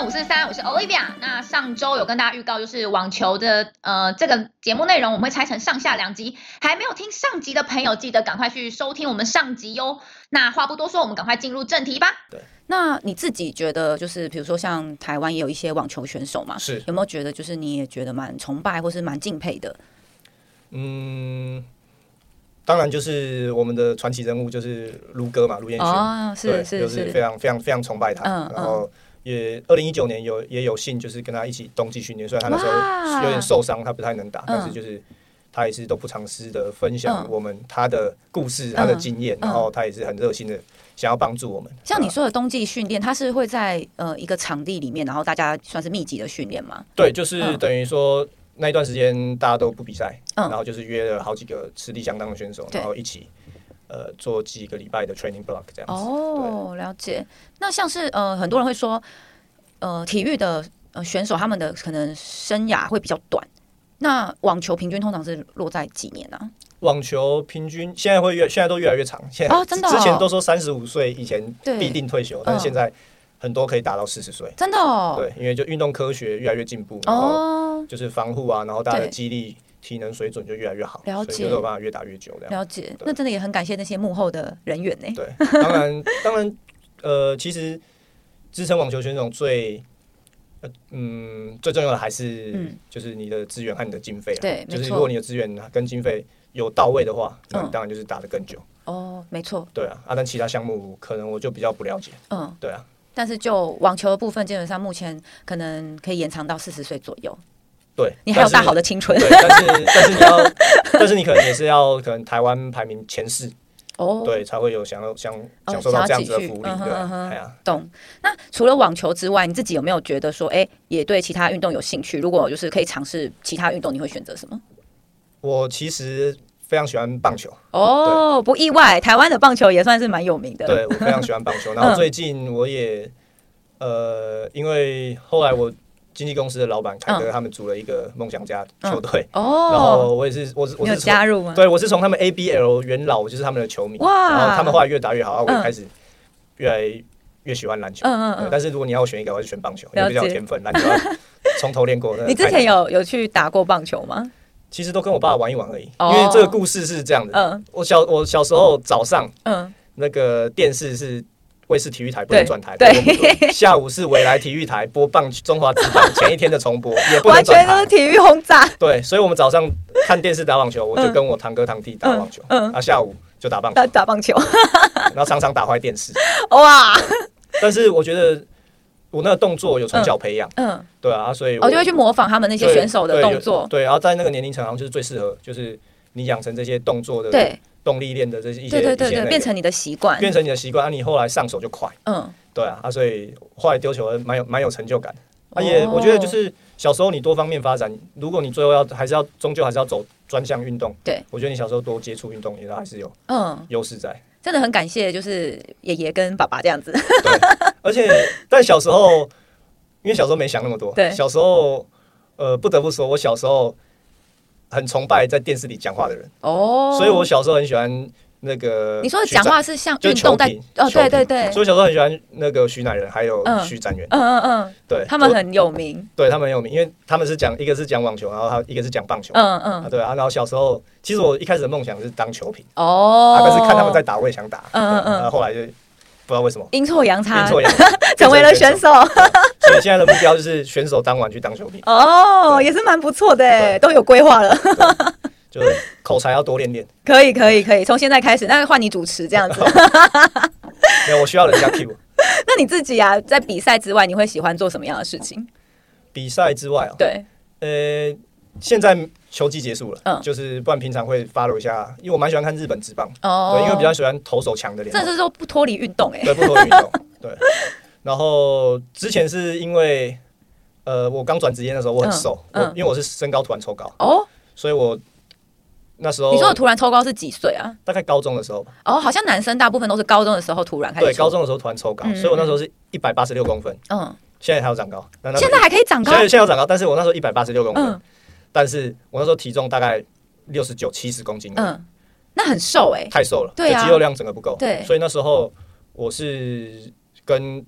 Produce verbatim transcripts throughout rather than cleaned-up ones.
五四三，我是 Olivia。那上周有跟大家预告，就是网球的呃这个节目内容，我们会拆成上下两集。还没有听上集的朋友，记得赶快去收听我们上集哟。那话不多说，我们赶快进入正题吧。 对。 那你自己觉得，就是比如说像台湾也有一些网球选手嘛， 是有没有觉得就是你也觉得蛮崇拜或是蛮敬佩的？ 嗯，当然就是我们的传奇人物就是卢哥嘛，卢彦勋， 哦，是是就是非常非常非常崇拜他。嗯、然后也二零一九年有也有幸就是跟他一起冬季训练，虽然他那时候有点受伤，他不太能打，但是就是他也是都不藏私的分享我们他的故事、嗯、他的经验，然后他也是很热心的想要帮助我们。 像你说的冬季训练，他是会在呃一个场地里面，然后大家算是密集的训练吗？ 对，就是等于说。那一段时间大家都不比赛、 嗯， 然后就是约了好几个实力相当的选手，然后一起呃做几个礼拜的 training block 这样子。 哦，了解。那像是呃很多人会说，呃体育的呃选手他们的可能生涯会比较短，那网球平均通常是落在几年啊？ 网球平均现在会越现在都越来越长，现在、 哦、真的、哦、 之前都说三十五岁以前必定退休，但是现在很多可以打到四十岁， 真的哦。 对，因为就运动科学越来越进步，然后就是防护啊，然后大家的肌力、体能水准就越来越好， 了解， 所以就有办法越打越久这样。 了解，那真的也很感谢那些幕后的人员呢。 对，当然，当然，呃，其实支撑网球选手最，呃，嗯，最重要的还是、嗯、就是你的资源和你的经费。 对， 就是如果你的资源跟经费有到位的话，那当然就是打得更久。 嗯、哦，没错。 对啊，啊，但其他项目可能我就比较不了解。嗯，对啊。 但是就网球的部分，基本上目前可能可以延长到四十岁左右。 对， 你还有大好的青春。 对，但是但是你要，但是你可能也是要可能台湾排名前四。哦，对，才会有想要想享受到这样子的福利， 哦、 对， 嗯嗯哎呀， 懂。那除了网球之外，你自己有没有觉得说，哎、欸，也对其他运动有兴趣？如果就是可以尝试其他运动，你会选择什么？ 我其实非常喜欢棒球。 哦，不意外，台湾的棒球也算是蛮有名的。 对，我非常喜欢棒球。然后最近我也，呃，因为后来我经纪公司的老板凯哥他们组了一个梦想家球队、嗯，哦，然后我也是，我是我是有加入吗？ 对，我是从他们 A B L 元老，我就是他们的球迷，哇，然后他们后来越打越好，然后我也开始越来越喜欢篮球，嗯嗯嗯。但是如果你要我选一个，我就选棒球，因为比较有天分，篮球从头练过。 你之前有有去打过棒球吗？ 其实都跟我爸玩一玩而已，哦、因为这个故事是这样的，嗯，我小我小时候早上，嗯，那个电视是。卫视体育台不能转台，对，对下午是未来体育台播棒中华职棒前一天的重播，也不能转台， 完全都是体育轰炸。 对，所以我们早上看电视打网球，我就跟我堂哥堂弟打网球，嗯，啊下午就打棒球， 打棒球， 然后常常打坏电视。 哇！ 但是我觉得我那个动作有从小培养，嗯，对啊，所以我就会去模仿他们那些选手的动作， 对，然后在那个年龄层上就是最适合，就是你养成这些动作的，对。动力练的这些一些， 对对对对，变成你的习惯， 变成你的习惯，啊，你后来上手就快，嗯，对啊，啊，所以后来丢球蛮有蛮有成就感，啊，也我觉得就是小时候你多方面发展，如果你最后要还是要终究还是要走专项运动，对，我觉得你小时候多接触运动，也还是有嗯优势在， 真的很感谢，就是爷爷跟爸爸这样子， 对，而且但小时候因为小时候没想那么多，对，小时候呃不得不说，我小时候。很崇拜在电视里讲话的人哦，所以我小时候很喜欢那个。 你说的讲话是像运动在哦，对对对， 所以小时候很喜欢那个徐乃仁还有徐展元， 嗯嗯嗯，对，他们很有名， 对他们很有名，因为他们是讲一个是讲网球，然后他一个是讲棒球，嗯嗯，啊对啊，然后小时候其实我一开始的梦想是当球评哦，但是看他们在打我也想打，嗯嗯，然后后来就不知道为什么阴错阳差， 阴错阳差成为了选手。 所以现在的目标就是选手当完去当球评哦，也是蛮不错的哎，都有规划了。 就是口才要多练练， 可以可以可以，从现在开始，那换你主持这样子。 没有，我需要人家 cue。 那你自己啊，在比赛之外，你会喜欢做什么样的事情？ 比赛之外啊， 对， 呃，现在球季结束了，嗯，就是不然平常会 follow 一下，因为我蛮喜欢看日本职棒，哦，对，因为比较喜欢投手强的联盟， 这是说不脱离运动哎， 对，不脱离运动，对。然后之前是因为，呃，我刚转职业的时候我很瘦，嗯嗯、因为我是身高突然抽高，哦，所以我那时候你说的突然抽高是几岁啊？ 大概高中的时候吧。 哦，好像男生大部分都是高中的时候突然开始抽， 对，高中的时候突然抽高，嗯、所以我那时候是一百八十六公分，嗯，现在还有长高， 现在还可以长高， 现在现在有长高，但是我那时候一百八十六公分，嗯，但是我那时候体重大概六十九七十公斤，嗯， 那很瘦哎、欸， 太瘦了， 对啊， 肌肉量整个不够， 对， 所以那时候我是跟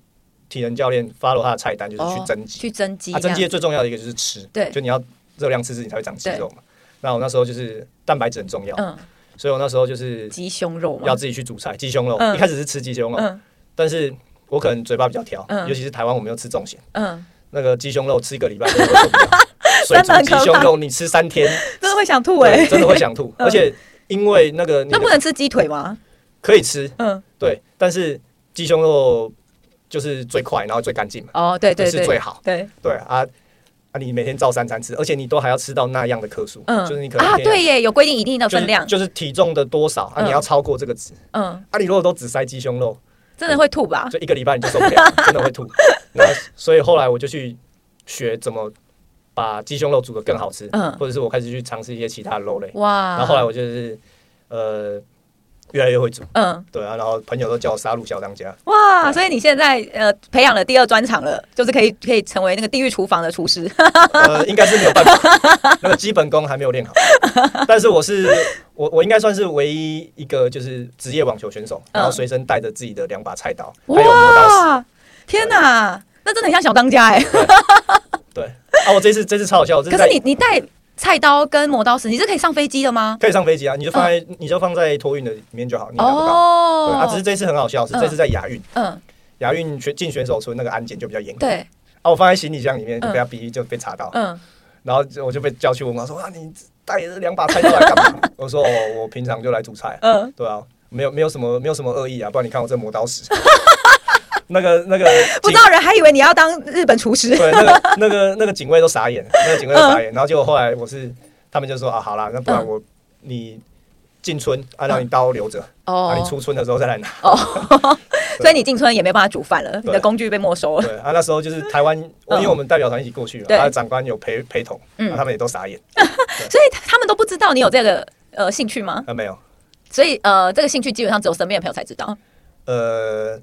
体能教练 follow 他的菜单，就是去增肌， 哦、去增肌。 啊，增肌最重要的一个就是吃， 对， 就你要热量吃吃，你才会长肌肉嘛。那我那时候就是蛋白质很重要，嗯，所以我那时候就是鸡胸肉要自己去煮菜，鸡胸肉、嗯、一开始是吃鸡胸肉，嗯、但是我可能嘴巴比较挑，嗯、尤其是台湾我们又吃重咸，嗯，那个鸡胸肉吃一个礼拜都会受不了，水煮鸡胸肉你吃三天， 真的会想吐哎、欸， 真的会想吐，而且因为那个那不能吃鸡腿吗？ 可以吃，嗯，对，但是鸡胸肉就是最快，然后最干净嘛。哦，对对对，是最好。对对啊啊！你每天照三餐吃，而且你都还要吃到那样的克数，嗯，就是你可能啊，对耶，有规定一定的分量， 就是、就是体重的多少啊，你要超过这个值，嗯，啊，你如果都只塞鸡胸肉， 真的会吐吧？ 就一个礼拜你就受不了，真的会吐。那所以后来我就去学怎么把鸡胸肉煮得更好吃，嗯，或者是我开始去尝试一些其他的肉类，哇，然后后来我就是呃。越来越会煮，嗯，对啊，然后朋友都叫我杀戮小当家， 哇！所以你现在呃培养了第二专长了，就是可以可以成为那个地狱厨房的厨师。 呃，应该是没有办法，那个基本功还没有练好。但是我是我我应该算是唯一一个就是职业网球选手，然后随身带着自己的两把菜刀，嗯、还有磨刀石。 天哪，那真的很像小当家哎、欸。 对啊，我这次这次超好笑， 可是你你带。菜刀跟磨刀石，你是可以上飞机的吗？ 可以上飞机啊，你就放在、嗯、你就放在托运的里面就好，你拿不到。哦、对啊，只是这次很好笑，是、嗯、这次在亚运，嗯，亚运进选手村那个安检就比较严格。对，啊，我放在行李箱里面就被他逼就被查到，嗯，然后我就被叫去问嘛，说啊你带了两把菜刀来干嘛？我说哦，我平常就来煮菜，嗯，对啊，没有没有什么没有什么恶意啊，不然你看我这磨刀石。那个那个不知道人还以为你要当日本厨师， 对，那个那个那个警卫都傻眼，那个警卫都傻眼，嗯、然后结果后来我是他们就说啊，好啦，那不然我、嗯、你进村啊，让你刀留着，哦、啊，你出村的时候再来拿。哦， 所以你进村也没办法煮饭了，你的工具被没收了。 对啊，那时候就是台湾，因为我们代表团一起过去了，啊，长官有陪陪同，嗯、啊，他们也都傻眼， 所以他们都不知道你有这个呃兴趣吗？ 啊，没有。 所以呃，这个兴趣基本上只有身边的朋友才知道。呃。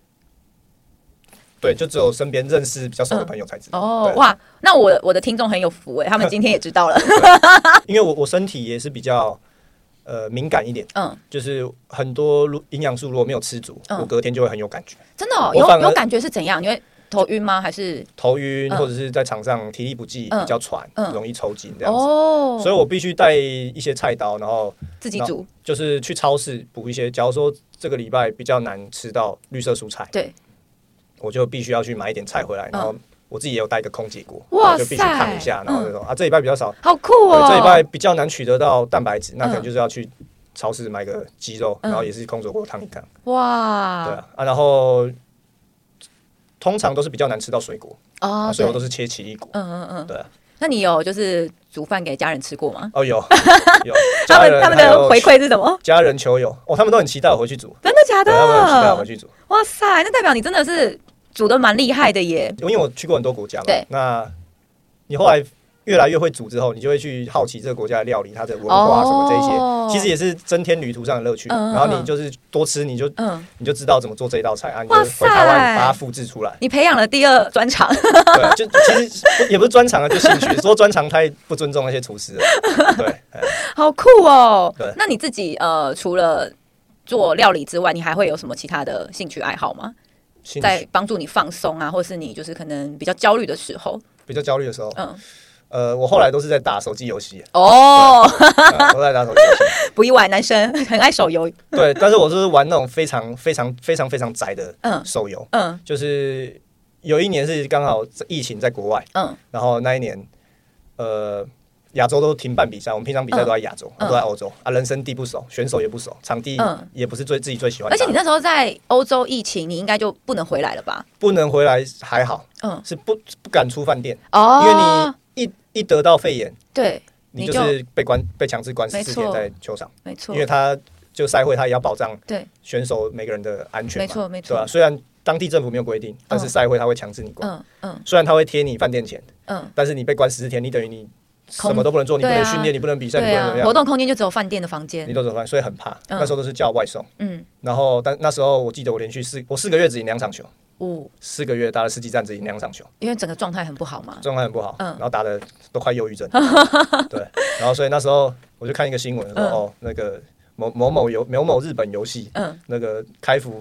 对，就只有身边认识比较熟的朋友才知道。嗯、 哦，哇，那我我的听众很有福哎，他们今天也知道了。 因为我我身体也是比较呃敏感一点，嗯，就是很多营养素如果没有吃足，嗯、我隔天就会很有感觉。 真的、哦、有有感觉是怎样？你会头晕吗？还是头晕，嗯、或者是在场上体力不济，嗯、比较喘，嗯、容易抽筋这样子。哦，所以我必须带一些菜刀，然后自己煮， 就是去超市补一些。假如说这个礼拜比较难吃到绿色蔬菜，对。我就必须要去买一点菜回来，然后我自己也有带一个空姐锅，哇，就必须烫一下，然后就说、嗯、啊，这礼拜比较少， 好酷哦， 这礼拜比较难取得到蛋白质，那可能就是要去超市买个鸡肉，嗯、然后也是空手锅烫一烫，哇，对 啊, 啊，然后通常都是比较难吃到水果，哦，啊、所以我都是切奇异果，嗯嗯嗯，对、啊。 那你有就是煮饭给家人吃过吗？ 哦，有有， 他们他们的回馈是什么？ 家人球友哦，他们都很期待我回去煮， 真的假的？ 他们很期待我回去煮。 哇塞，那代表你真的是煮的蛮厉害的耶！ 因为我去过很多国家嘛，对，那你后来越来越会煮之后，你就会去好奇这个国家的料理，它的文化什么这些，哦、其实也是增添旅途上的乐趣。嗯、然后你就是多吃，你就、嗯、你就知道怎么做这一道菜啊，你就回台湾把它复制出来。 你培养了第二专长， 对，就其实也不是专长啊，就兴趣。说专长太不尊重那些厨师了，对， 好酷哦。对，那你自己呃，除了做料理之外，你还会有什么其他的兴趣爱好吗？在帮助你放松啊，或是你就是可能比较焦虑的时候， 比较焦虑的时候，嗯。呃，我后来都是在打手机游戏哦，呃、都在打手机游戏。 不意外，男生很爱手游。 对，但是我就是玩那种非常非常非常非常宅的手游。嗯，嗯就是有一年是刚好疫情在国外，嗯，然后那一年，呃，亚洲都停办比赛，我们平常比赛都在亚洲，嗯、都在欧洲啊，人生地不熟，选手也不熟，场地也不是最自己最喜欢的。 而且你那时候在欧洲疫情，你应该就不能回来了吧？ 不能回来还好，嗯，是不不敢出饭店哦，因为你。一一得到肺炎，对，你就是被关被强制关十四天在球场，没错，因为他就赛会他也要保障对选手每个人的安全嘛，没错没错，对吧？虽然当地政府没有规定，但是赛会他会强制你关，嗯嗯，虽然他会贴你饭店钱，嗯，但是你被关十四天，你等于你什么都不能做，你不能训练，你不能比赛，你不能怎么样， 活动空间就只有饭店的房间， 你都只有饭店，所以很怕。那时候都是叫外送，嗯，然后但那时候我记得我连续四我四个月只赢两场球。哦，四个月打了十几战，只赢两场球， 因为整个状态很不好嘛， 状态很不好，嗯，然后打的都快忧郁症，对，然后所以那时候我就看一个新闻说，嗯、哦，那个某某某游某某日本游戏，嗯，那个开服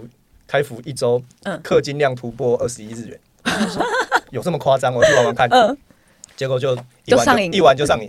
开服一周，氪金量突破二十一日元，有这么夸张？我去玩玩看，嗯、结果就一玩就上瘾，一玩就上瘾。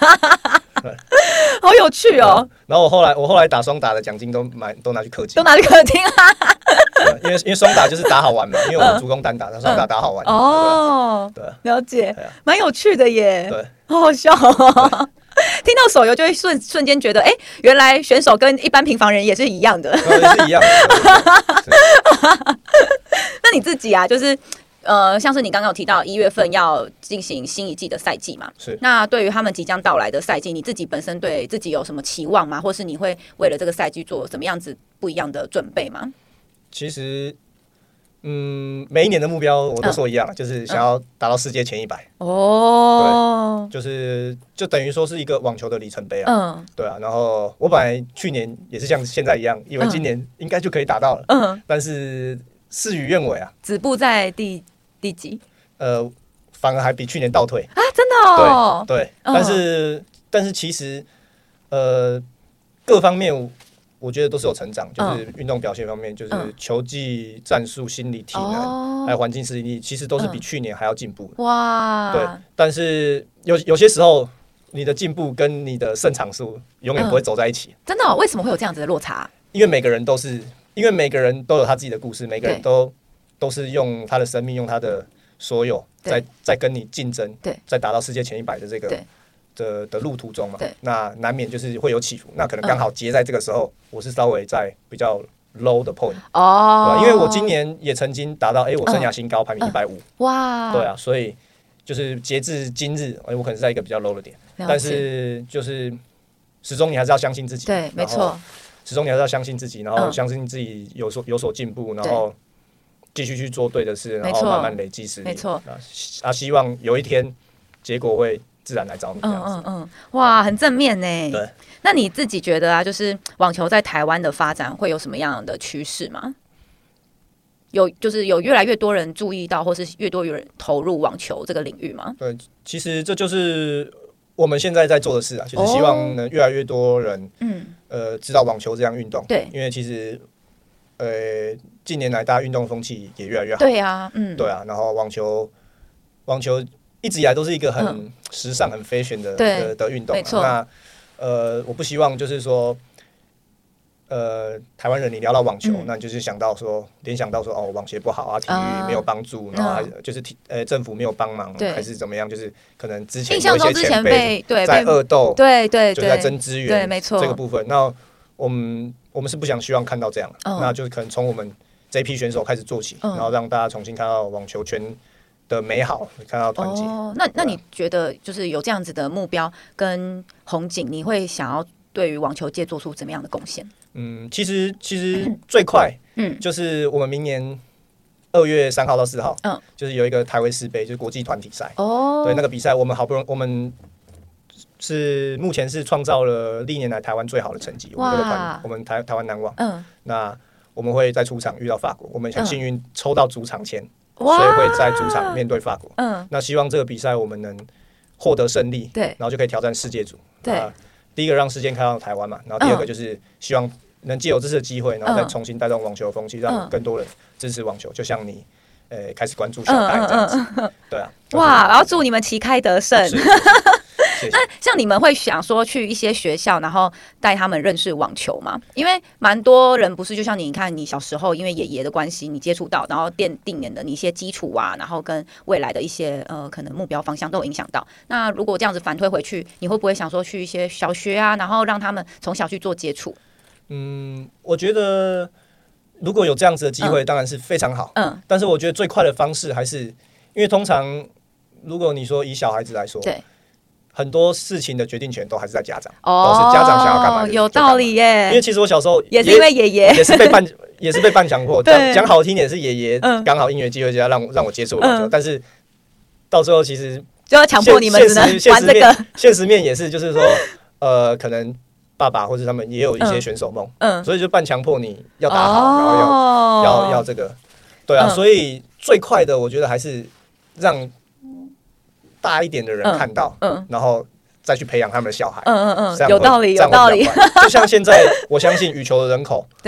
好有趣哦！ 然后我后来我后来打双打的奖金都买都拿去氪金， 都拿去氪金啊！ 因为因为双打就是打好玩嘛，因为我们主攻单打，双打打好玩。 哦，对，了解，蛮有趣的耶。 对， 好好笑哦。听到手游就会瞬瞬间觉得，哎、欸，原来选手跟一般平凡人也是一样的， 也是一样的。 那你自己啊，就是呃，像是你刚刚有提到一月份要进行新一季的赛季嘛？ 是。 那对于他们即将到来的赛季，你自己本身对自己有什么期望吗？或是你会为了这个赛季做什么样子不一样的准备吗？ 其实。嗯，每一年的目标我都说一样，嗯、就是想要达到世界前一百。哦，对，就是就等于说是一个网球的里程碑啊。嗯，对啊。然后我本来去年也是像现在一样，以为今年应该就可以达到了。嗯，但是事与愿违啊， 止步在第第几？ 呃，反而还比去年倒退啊！真的哦。 对对，嗯、但是但是其实呃各方面。我觉得都是有成长，就是运动表现方面，就是球技、战术、心理、体能，还有环境适应力，其实都是比去年还要进步的。哇！对，但是有有些时候，你的进步跟你的胜场数永远不会走在一起。 真的、哦？为什么会有这样子的落差？ 因为每个人都是，因为每个人都有他自己的故事，每个人都都是用他的生命，用他的所有，在在跟你竞争，在达到世界前一百的这个。的, 的路途中嘛，那难免就是会有起伏，那可能刚好结在这个时候，嗯、我是稍微在比较 low 的 point 哦，因为我今年也曾经达到，哎、欸，我生涯新高，排名一百五，哇，对啊，所以就是截至今日，哎、欸，我可能是在一个比较 low 的点，但是就是始终你还是要相信自己， 对，没错， 始终你还是要相信自己，然后相信自己有所有所进步，然后继续去做对的事，然后慢慢累积实力， 没错， 啊，希望有一天结果会。自然来找你，嗯嗯嗯，哇，很正面呢。对，那你自己觉得啊，就是网球在台湾的发展会有什么样的趋势吗？有，就是有越来越多人注意到，或是越多有人投入网球这个领域吗？ 对，其实这就是我们现在在做的事啊，就是希望呢越来越多人，嗯，呃，知道网球这样运动。对，因为其实，呃，近年来大家运动风气也越来越好。 对啊，嗯， 对啊，然后网球，网球。一直以来都是一个很时尚、很 fashion 的、嗯、的, 的运动、啊。那呃，我不希望就是说，呃，台湾人你聊到网球，嗯、那你就是想到说，联想到说，哦，网协不好啊，体育没有帮助，啊、然后还就是体呃政府没有帮忙，还是怎么样？就是可能之前有一些前辈在恶斗， 对对， 就在争资源， 对，没错， 这个部分。那我们我们是不想希望看到这样，嗯、那就是可能从我们这一批选手开始做起，嗯、然后让大家重新看到网球圈的美好，看到团结。 哦，那那你觉得就是有这样子的目标跟红景，你会想要对于网球界做出怎么样的贡献？ 嗯，其实其实最快，嗯，就是我们明年二月三号到四号，嗯，就是有一个台威世杯，就是国际团体赛。哦，对，那个比赛我们好不容易，我们是目前是创造了历年来台湾最好的成绩。我们这个团，我们台台湾男网，嗯，那我们会在出场遇到法国，我们很幸运抽到主场签。所以会在主场面对法国，嗯，那希望这个比赛我们能获得胜利，对，然后就可以挑战世界组，对，呃、第一个让世界看到台湾嘛，然后第二个就是希望能藉由这次的机会，然后再重新带动网球的风气，让更多人支持网球，就像你，呃，开始关注小戴这样子，对啊， 哇，然后祝你们旗开得胜。那像你们会想说去一些学校，然后带他们认识网球吗？因为蛮多人不是，就像你看，你小时候因为爷爷的关系，你接触到，然后奠定你的一些基础啊，然后跟未来的一些呃可能目标方向都有影响到。那如果这样子反推回去，你会不会想说去一些小学啊，然后让他们从小去做接触？ 嗯，我觉得如果有这样子的机会，嗯、当然是非常好。嗯，但是我觉得最快的方式还是，因为通常如果你说以小孩子来说，对。很多事情的决定权都还是在家长，哦、都是家长想要干嘛， 有道理耶。 因为其实我小时候也, 也是因为爷爷， 也是被半也是被半强迫。讲好听点是爷爷刚好因缘机会下让让我接触网球，嗯、但是到最后其实就要强迫你们只能玩这个。 现实面也是，就是说，呃，可能爸爸或者他们也有一些选手梦，嗯，所以就半强迫你要打好，哦、然后要要要这个，对啊，嗯、所以最快的我觉得还是让大一点的人看到，嗯嗯、然后再去培养他们的小孩，嗯嗯嗯， 有道理，有道理。 就像现在，我相信羽球的人口， 对，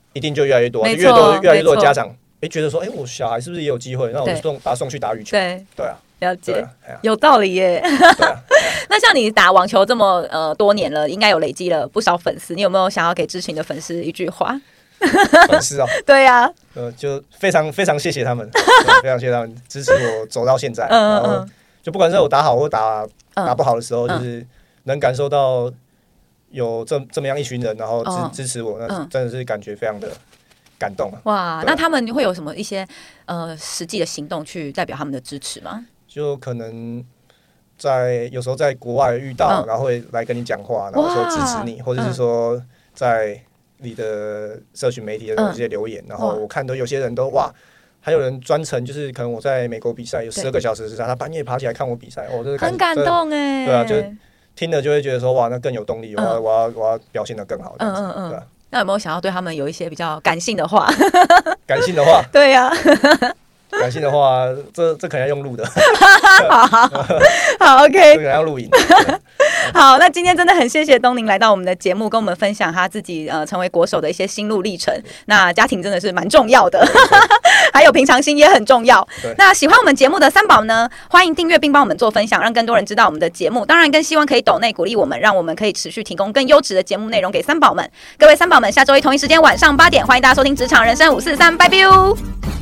一定就越来越多，越多越来越多的家长哎觉得说，哎，我小孩是不是也有机会？那我就送把他送去打羽球。 对对啊， 了解，有道理耶。那像你打网球这么呃多年了，应该有累积了不少粉丝，你有没有想要给知情的粉丝一句话？ 粉丝哦， 对呀、啊， 呃，就非常非常谢谢他们，非常谢谢他们支持我走到现在。嗯、然后就不管是我打好或打、嗯、打不好的时候，就是能感受到有这这么样一群人，然后支、嗯、支持我，那真的是感觉非常的感动。 哇，那他们会有什么一些呃实际的行动去代表他们的支持吗？ 就可能在有时候在国外遇到，嗯、然后会来跟你讲话，然后说支持你，或者是说在你的社群媒体的这些留言，嗯、然后我看到有些人都哇，还有人专程就是可能我在美国比赛有十二个小时的时间，他半夜爬起来看我比赛，哦，这是很感动哎， 对啊，就听了就会觉得说哇，那更有动力，我要、嗯、我要我要表现得更好，嗯嗯嗯，对啊。 那有没有想要对他们有一些比较感性的话？ 感性的话， 对呀、啊。 感性的话，这这可能要用录的。 好好好 ，OK， 这可能要录影。 好，那今天真的很谢谢东宁来到我们的节目，跟我们分享他自己呃成为国手的一些心路历程。那家庭真的是蛮重要的，还有平常心也很重要。那喜欢我们节目的三宝呢，欢迎订阅并帮我们做分享，让更多人知道我们的节目。当然，更希望可以抖内鼓励我们，让我们可以持续提供更优质的节目内容给三宝们。各位三宝们，下周一同一时间晚上八点，欢迎大家收听《职场人生五四三》，拜拜。